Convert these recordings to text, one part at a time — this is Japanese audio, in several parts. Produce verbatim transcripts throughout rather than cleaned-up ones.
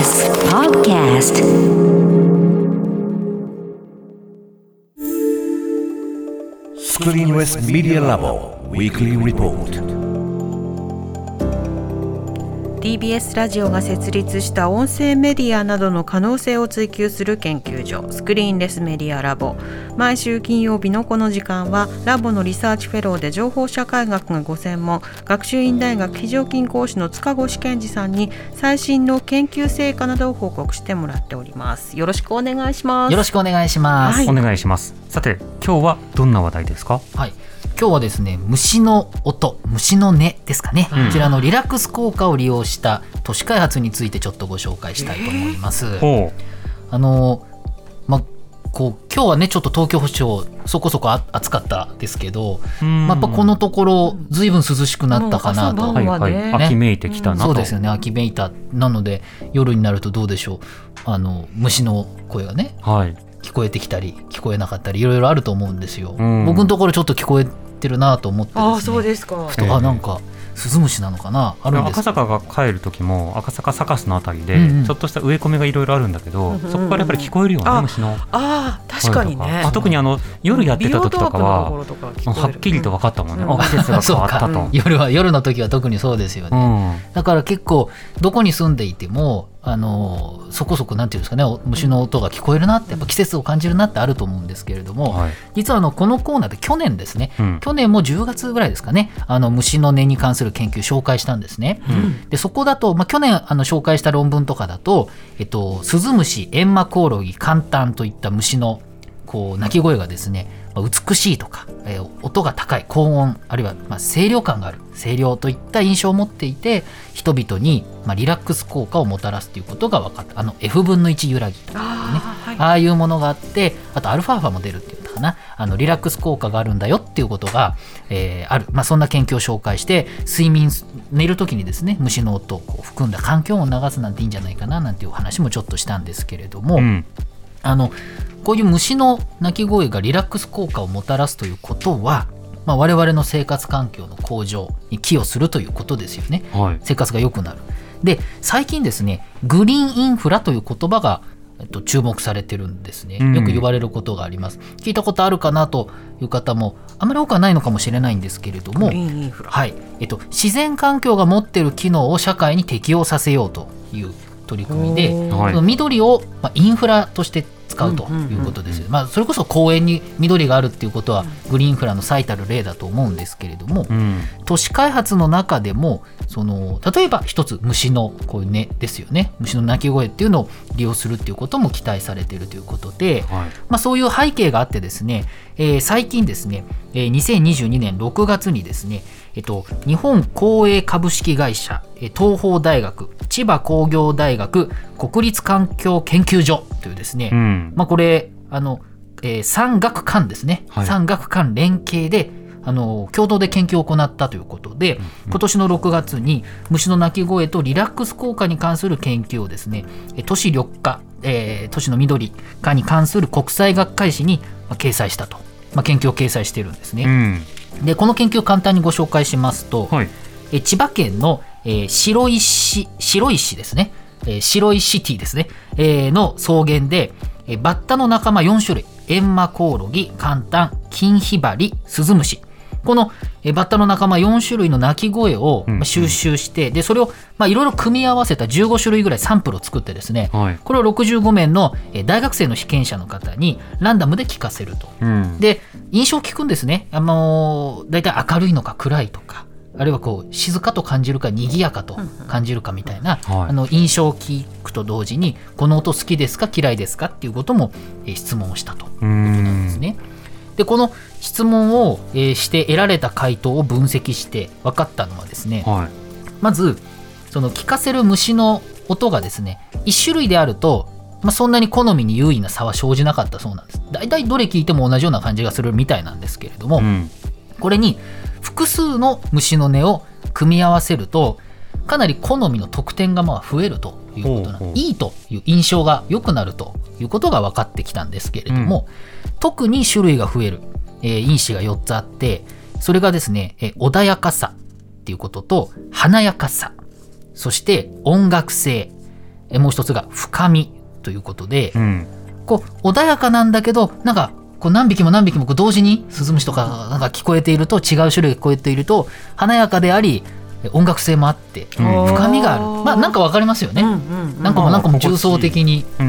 エス Podcast Screen West Media Labo Weekly Report。 ティービーエス ラジオが設立した音声メディアなどの可能性を追求する研究所、スクリーンレスメディアラボ。毎週金曜日のこの時間は、ラボのリサーチフェローで情報社会学がご専門、学習院大学非常勤講師の塚越健二さんに最新の研究成果などを報告してもらっております。よろしくお願いします。 よろしくお願いします、 はい、 お願いします。さて、今日はどんな話題ですか？ はい、今日はですね、虫の音、虫の音ですかね、うん、こちらのリラックス効果を利用した都市開発についてちょっとご紹介したいと思います。えー、あのまこう今日はねちょっと東京保証そこそこ暑かったですけど、まあ、やっぱこのところずいぶん涼しくなったかなと、 はいはいね、秋めいてきたなと。 そうですよね、秋めいた。なので夜になるとどうでしょう、あの虫の声がね、はい、聞こえてきたり聞こえなかったりいろいろあると思うんですよ。僕のところちょっと聞こえてるなと思ってですね、 あ、そうですか。 ふと、えー、あなんかスズムシなのかな、あるんです赤坂が帰る時も赤坂サカスのあたりで、うんうん、ちょっとした植え込みがいろいろあるんだけど、うんうんうん、そこからやっぱり聞こえるよね、うん、虫の。 ああ、確かにね。 あ、特にあの夜やってた時とかははっきりと分かったもんね、うん、あ、季節が変わったと。 夜は夜の時は特にそうですよね、うん、だから結構どこに住んでいてもあのそこそこなんていうんですかね、虫の音が聞こえるなって、やっぱ季節を感じるなってあると思うんですけれども、はい、実はあのこのコーナーで去年ですね、うん、去年もじゅうがつぐらいですかね、あの虫の音に関する研究紹介したんですね、うん、でそこだと、まあ、去年あの紹介した論文とかだと、えっと、スズムシ、エンマコオロギ、カンタンといった虫のこう鳴き声がですね、美しいとか、えー、音が高い、高音、あるいはまあ清涼感がある、清涼といった印象を持っていて、人々にまあリラックス効果をもたらすということが分かった。あの エフぶんのいち 揺らぎとかね、あ、はい、ああいうものがあって、あとアルファーファも出るっていうのかな、あのリラックス効果があるんだよっていうことが、えー、ある、まあ、そんな研究を紹介して、睡眠、寝るときにですね、虫の音をこう含んだ環境音を流すなんていいんじゃないかななんていう話もちょっとしたんですけれども、うん、あのこういう虫の鳴き声がリラックス効果をもたらすということは、まあ、我々の生活環境の向上に寄与するということですよね、はい、生活が良くなる。で、最近ですね、グリーンインフラという言葉が、えっと、注目されてるんですね。よく言われることがあります、うん、聞いたことあるかなという方もあまり多くはないのかもしれないんですけれども、グリーンインフラ、はい、えっと、自然環境が持っている機能を社会に適応させようという取り組みで、その緑を、まあ、インフラとして使うということです、うんうんうん、まあ、それこそ公園に緑があるっていうことはグリーンインフラの最たる例だと思うんですけれども、うん、都市開発の中でもその例えば一つ虫のこういう音ですよね、虫の鳴き声っていうのを利用するっていうことも期待されているということで、はい、まあ、そういう背景があってですね、えー、最近ですね、えー、にせんにじゅうにねんろくがつにですね、えっと、日本公営株式会社東邦大学、千葉工業大学国立環境研究所というですね、うん、まあ、これあの、えー、産学官ですね、はい、産学官連携であの共同で研究を行ったということで、うんうん、今年のろくがつに虫の鳴き声とリラックス効果に関する研究をですね、都市緑化、えー、都市の緑化に関する国際学会誌に掲載したと、まあ、研究を掲載しているんですね、うん、でこの研究を簡単にご紹介しますと、はい、え千葉県の、えー、白石白石ですね、えー、白石シティですね、えー、の草原で、えー、バッタの仲間よんしゅるい、エンマコオロギ、カンタン、キンヒバリ、スズムシ、この、えー、バッタの仲間よんしゅるいの鳴き声を、まあ、収集して、うんうん、でそれをまあいろいろ組み合わせたじゅうごしゅるいぐらいサンプルを作ってですね、はい、これをろくじゅうごめいの、えー、大学生の被験者の方にランダムで聞かせると、うん、で印象を聞くんですね。あのー、だいたい明るいのか暗いとか、あるいはこう静かと感じるか賑やかと感じるかみたいな、うんうん、あの印象を聞くと同時に、この音好きですか嫌いですかっていうことも、えー、質問をしたということなんですね。でこの質問を、えー、して得られた回答を分析して分かったのはですね、はい、まずその聞かせる虫の音がですねいっしゅるいであると、まあ、そんなに好みに優位な差は生じなかったそうなんです。だいたいどれ聞いても同じような感じがするみたいなんですけれども、うん、これに複数の虫の音を組み合わせるとかなり好みの得点がまあ増えるということな、いいという印象が良くなるということが分かってきたんですけれども、うん、特に種類が増える、えー、因子がよっつあって、それがですね、えー、穏やかさっていうことと華やかさ、そして音楽性、 えもう一つが深みということで、 うん、 こう穏やかなんだけどなんかこう何匹も何匹もこう同時にスズムシとかなんか聞こえていると、違う種類が聞こえていると華やかであり音楽性もあって深みがある、まあなんかわかりますよね、うんうんうん、なんかもなんかも重層的に、うん、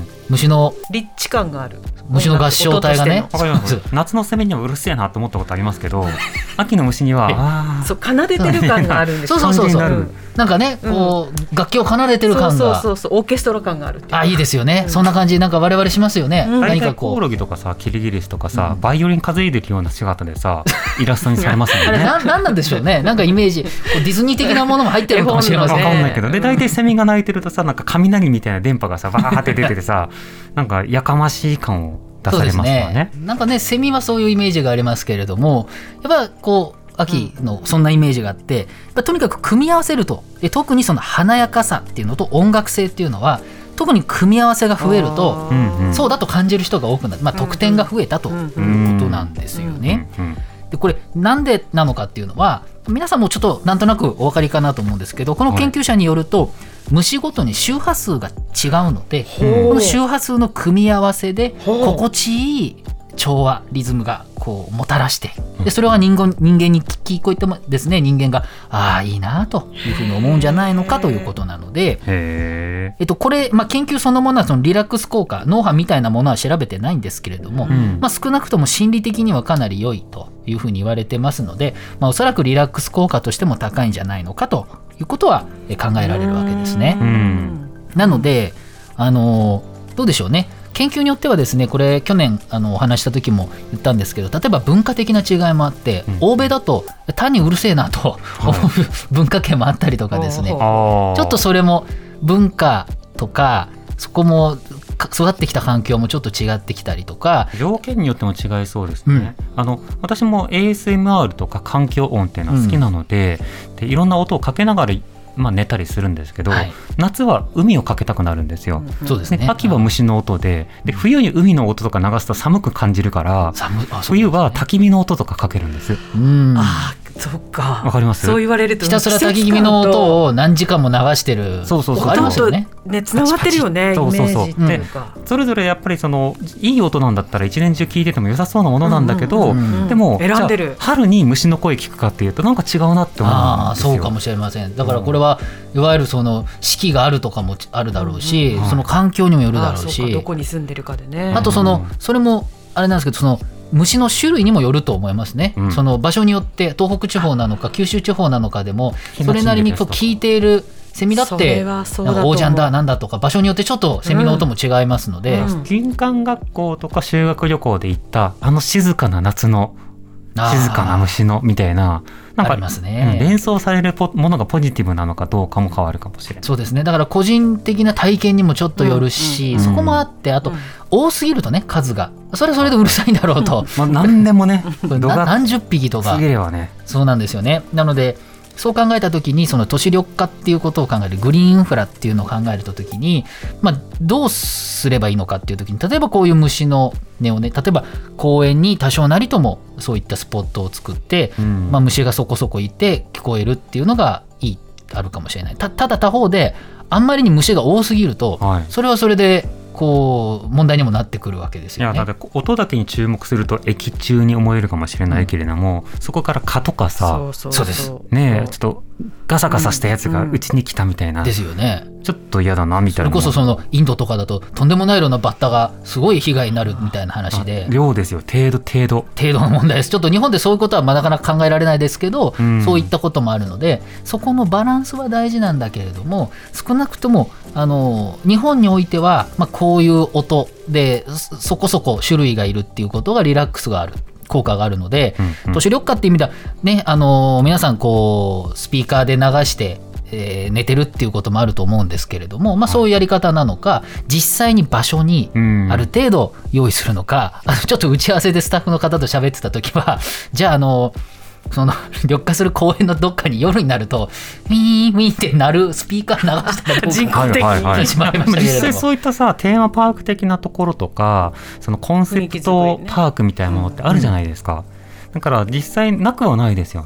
虫の立地感がある、 虫の合唱隊がね、 わかります夏のセミにはうるせえなと思ったことありますけど秋の虫にはあそう奏でてる感があるんですそうそうそうそう、うん、なんかねこう、うん、楽器を奏でてる感がそうそうそうオーケストラ感があるっていう、 あいいですよね、うん、そんな感じなんか我々しますよね、 うん、何かこうコオロギとかさキリギリスとかさ、うん、バイオリン担いでるような姿でさイラストにされますもんねあれななんなんでしょうね、なんかイメージこうディズニー的なものも入ってるのかもしれませんね分かんないけどで大体セミが鳴いてるとさなんか雷みたいな電波がさバーって出ててさなんかやかましい感を出されますよね。 そうですね、なんかねセミはそういうイメージがありますけれども、やっぱこう秋のそんなイメージがあって、やっぱとにかく組み合わせると、特にその華やかさっていうのと音楽性っていうのは特に組み合わせが増えるとそうだと感じる人が多くなる、まあ、得点が増えたということなんですよね。でこれなんでなのかっていうのは皆さんもちょっとなんとなくお分かりかなと思うんですけど、この研究者によると、はい、虫ごとに周波数が違うので、この周波数の組み合わせで心地いい調和リズムがこうもたらして、でそれは人間、人間に聞こえてもですね、人間がああいいなというふうに思うんじゃないのかということなので、えっと、これ、まあ、研究そのものはそのリラックス効果脳波みたいなものは調べてないんですけれども、うんまあ、少なくとも心理的にはかなり良いというふうに言われてますので、まあ、おそらくリラックス効果としても高いんじゃないのかということは考えられるわけですね。うんなのであのどうでしょうね、研究によってはですね、これ去年あのお話した時も言ったんですけど、例えば文化的な違いもあって、うん、欧米だと単にうるせえなと思う、はい、文化圏もあったりとかですね、ちょっとそれも文化とかそこも育ってきた環境もちょっと違ってきたりとか、 条件によっても違いそうですね、うん、あの私も エーエスエムアール とか環境音っていうのは好きなので、うん、でいろんな音をかけながらまあ、寝たりするんですけど、はい、夏は海をかけたくなるんですよ、うん、そうですね、で秋は虫の音 で, で冬に海の音とか流すと寒く感じるから、寒あそうですね、冬は焚き火の音とかかけるんです。 うんあそっかわかります。 そう言われるとひたすら焚き火の音を何時間も流してるそうそうそうありますよね。 ねつながってるよね、 そうそうそうイメージっていうか、でそれぞれやっぱりそのいい音なんだったら一年中聞いてても良さそうなものなんだけど、うんうんうん、でも選んでる春に虫の声聞くかっていうとなんか違うなって思うんですよ。 あそうかもしれません。だからこれは、うん、いわゆるその四季があるとかもあるだろうし、うんうん、その環境にもよるだろうし、 あどこに住んでるかでね、 あとそのそれもあれなんですけど、その虫の種類にもよると思いますね、うん、その場所によって東北地方なのか九州地方なのかでもそれなりにこう聞いているセミだって、なんかオージャンだなんだとか場所によってちょっとセミの音も違いますので、 うんうん、林間学校とか修学旅行で行ったあの静かな夏の静かな虫のみたいな、なんかありますね、連想されるものがポジティブなのかどうかも変わるかもしれない。 そうですね、だから個人的な体験にもちょっとよるし、うんうん、そこもあって、あと、うん、多すぎるとね数がそれはそれでうるさいんだろうと、 まあ、何でもね何十匹とか、 ね、 そうなんですよね。なのでそう考えたときに、その都市緑化っていうことを考える、グリーンインフラっていうのを考えるときに、まあ、どうすればいいのかっていうときに、例えばこういう虫の音をね、例えば公園に多少なりともそういったスポットを作って、うんまあ、虫がそこそこいて聞こえるっていうのがいいあるかもしれない。 た, ただ他方であんまりに虫が多すぎると、はい、それはそれでこう問題にもなってくるわけですよね。 いやだって音だけに注目すると液中に思えるかもしれないけれども、うん、そこから蚊とかさ、 そうそうですねえ、ちょっとガサガサしたやつがうちに来たみたいな、 うん、ですよね。 ちょっと嫌だなみたいな。 それこそそのインドとかだととんでもない量のバッタがすごい被害になるみたいな話で、 量ですよ、程度程度程度の問題です。ちょっと日本でそういうことはまあなかなか考えられないですけど、うん、そういったこともあるので、そこのバランスは大事なんだけれども、少なくともあの日本においては、まあ、こういう音でそこそこ種類がいるっていうことがリラックスがある効果があるので、うんうん、都市緑化っていう意味では、ね、あの皆さんこうスピーカーで流してえー、寝てるっていうこともあると思うんですけれども、まあ、そういうやり方なのか、実際に場所にある程度用意するのか、あのちょっと打ち合わせでスタッフの方と喋ってた時は、じゃあ、あのその緑化する公園のどっかに夜になるとウィーンウィーンって鳴るスピーカー流したらどうか人工的にしまいましたけれども、 実際そういったさテーマパーク的なところとか、そのコンセプトパークみたいなものってあるじゃないですか、うん、だから実際なくはないですよね。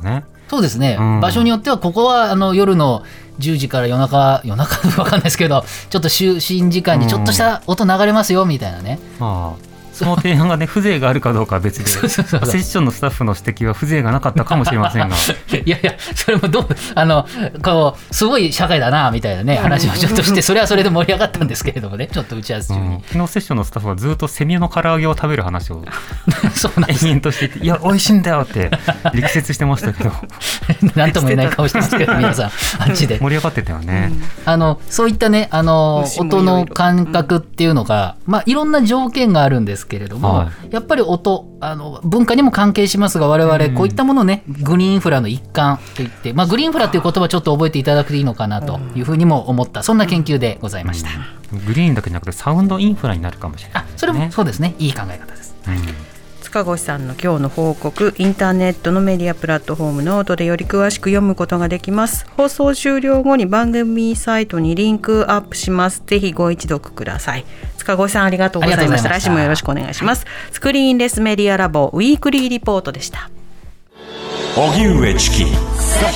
そうですね、うん、場所によってはここはあの夜のじゅうじから夜中夜中わかんないですけどちょっと就寝時間にちょっとした音流れますよみたいなね、 うん、あその提案がね風情があるかどうかは別でそうそうそうそうセッションのスタッフの指摘は風情がなかったかもしれませんがいやいやそれもどうあのこうすごい社会だなみたいなね話をちょっとしてそれはそれで盛り上がったんですけれどもねちょっと打ち合わせ中に、うん、 昨日セッションのスタッフはずっとセミの唐揚げを食べる話をそうなん延々としていていや美味しいんだよって力説してましたけどなんとも言えない顔してますけど皆さんあっちで盛り上がってたよね、うん、 あのそういったねあの音の感覚っていうのが、うんまあ、いろんな条件があるんですけれども、はい、やっぱり音あの文化にも関係しますが我々こういったものをね、うん、グリーンインフラの一環といって、まあ、グリーンインフラという言葉をちょっと覚えていただくといいのかなというふうにも思ったそんな研究でございました、 うん、グリーンだけじゃなくてサウンドインフラになるかもしれない、 ね、あそれもそうですねいい考え方です、うん塚越さんの今日の報告インターネットのメディアプラットフォームノートでより詳しく読むことができます。放送終了後に番組サイトにリンクアップします。ぜひご一読ください。塚越さんありがとうございました。来週もよろしくお願いします。スクリーンレスメディアラボウィークリーリポートでした。 荻上チキ